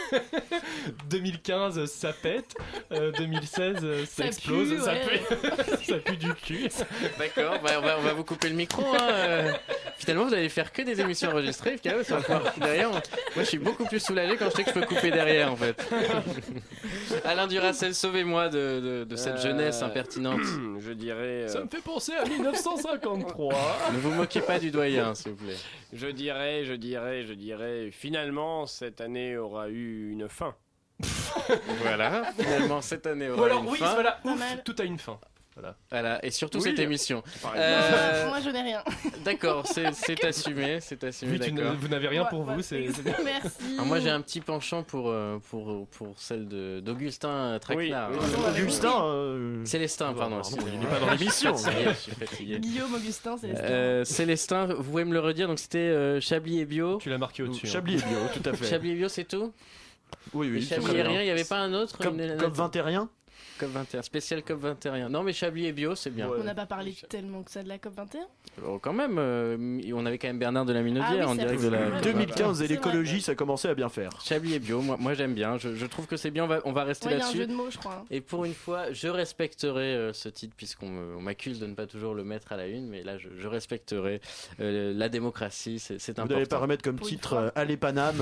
2015, ça pète. 2016, ça explose. pue, Ça pue du cul. D'accord, bah, on va vous couper le micro. Finalement, vous allez faire que des émissions enregistrées. Ça va pouvoir derrière. Moi, je suis beaucoup plus soulagé quand je sais que je peux couper derrière, en fait. Alain Duracell, sauvez-moi de cette jeunesse impertinente. Je dirais. Ça me fait penser à 1953. Ne vous moquez pas du doyen, s'il vous plaît. Je dirais. Finalement, cette année aura eu une fin. Voilà, finalement, cette année aura une fin. Voilà, tout a une fin. Voilà, et surtout cette émission. Moi je n'ai rien. D'accord, c'est assumé, Oui, d'accord. vous n'avez rien pour vous, Merci. Alors moi j'ai un petit penchant pour celle d'Augustin Traquenard. Augustin Célestin, pardon. Il n'est pas dans l'émission. Je suis fatigué. Guillaume, Augustin, Célestin. Célestin, vous pouvez me le redire, donc c'était Chablis et Bio. Tu l'as marqué au-dessus. Chablis et Bio, tout à fait. Chablis et Bio, c'est tout? Oui, Chablis et rien, il n'y avait pas un autre? Comme 21 COP 21, spécial COP 21. Non mais Chablis et Bio, c'est bien. On n'a pas parlé tellement que ça de la COP 21. Quand même, on avait quand même Bernard de la Minaudière en direct de la 2015 et l'écologie, ça commençait à bien faire. Chablis et Bio, moi j'aime bien, je trouve que c'est bien, on va rester là-dessus. Il y a un jeu de mots, je crois. Et pour une fois, je respecterai ce titre puisqu'on m'accuse de ne pas toujours le mettre à la une, mais là je respecterai la démocratie, c'est important. Vous n'allez pas remettre comme titre Allez Paname.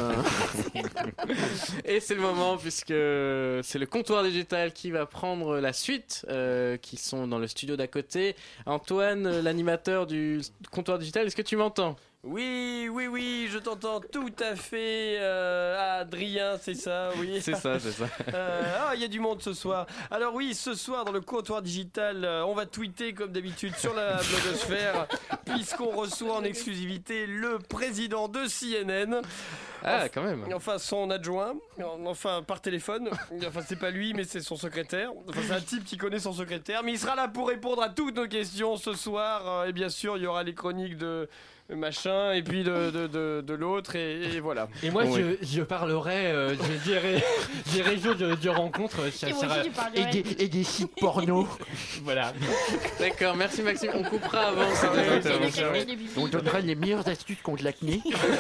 Et c'est le moment puisque c'est le comptoir digital qui va prendre la suite, qui sont dans le studio d'à côté. Antoine, l'animateur du comptoir digital, est-ce que tu m'entends ? Oui, je t'entends tout à fait, Adrien, c'est ça, oui. C'est ça. Il y a du monde ce soir. Alors oui, ce soir dans le comptoir digital, on va tweeter comme d'habitude sur la blogosphère, puisqu'on reçoit en exclusivité le président de CNN. Quand même. Enfin, son adjoint, par téléphone. Enfin, c'est pas lui, mais c'est son secrétaire. Enfin, c'est un type qui connaît son secrétaire. Mais il sera là pour répondre à toutes nos questions ce soir. Et bien sûr, il y aura les chroniques de machin et puis de l'autre et voilà. Et moi je parlerai des jours de rencontres et des sites porno. Voilà. D'accord, merci Maxime, on coupera avant cette intervention. On donnera les meilleures astuces contre l'acné.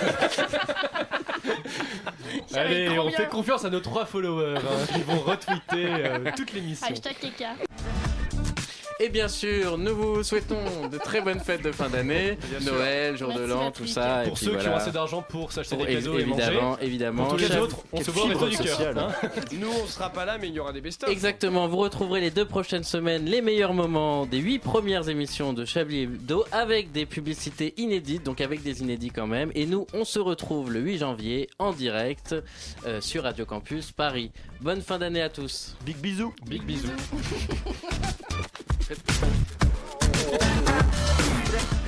Allez, on fait confiance à nos 3 followers qui vont retweeter toute l'émission. Hashtag Keka. Et bien sûr, nous vous souhaitons de très bonnes fêtes de fin d'année, Noël, jour de l'an, tout ça. Pour ceux qui ont assez d'argent pour s'acheter des cadeaux et manger. Évidemment. Pour tous les autres, on se voit au resto du cœur. Nous, on sera pas là, mais il y aura des best-of. Exactement, vous retrouverez les 2 prochaines semaines les meilleurs moments des 8 premières émissions de Chablis Hebdo avec des publicités inédites, donc avec des inédits quand même. Et nous, on se retrouve le 8 janvier en direct sur Radio Campus Paris. Bonne fin d'année à tous. Big bisous. Big bisous.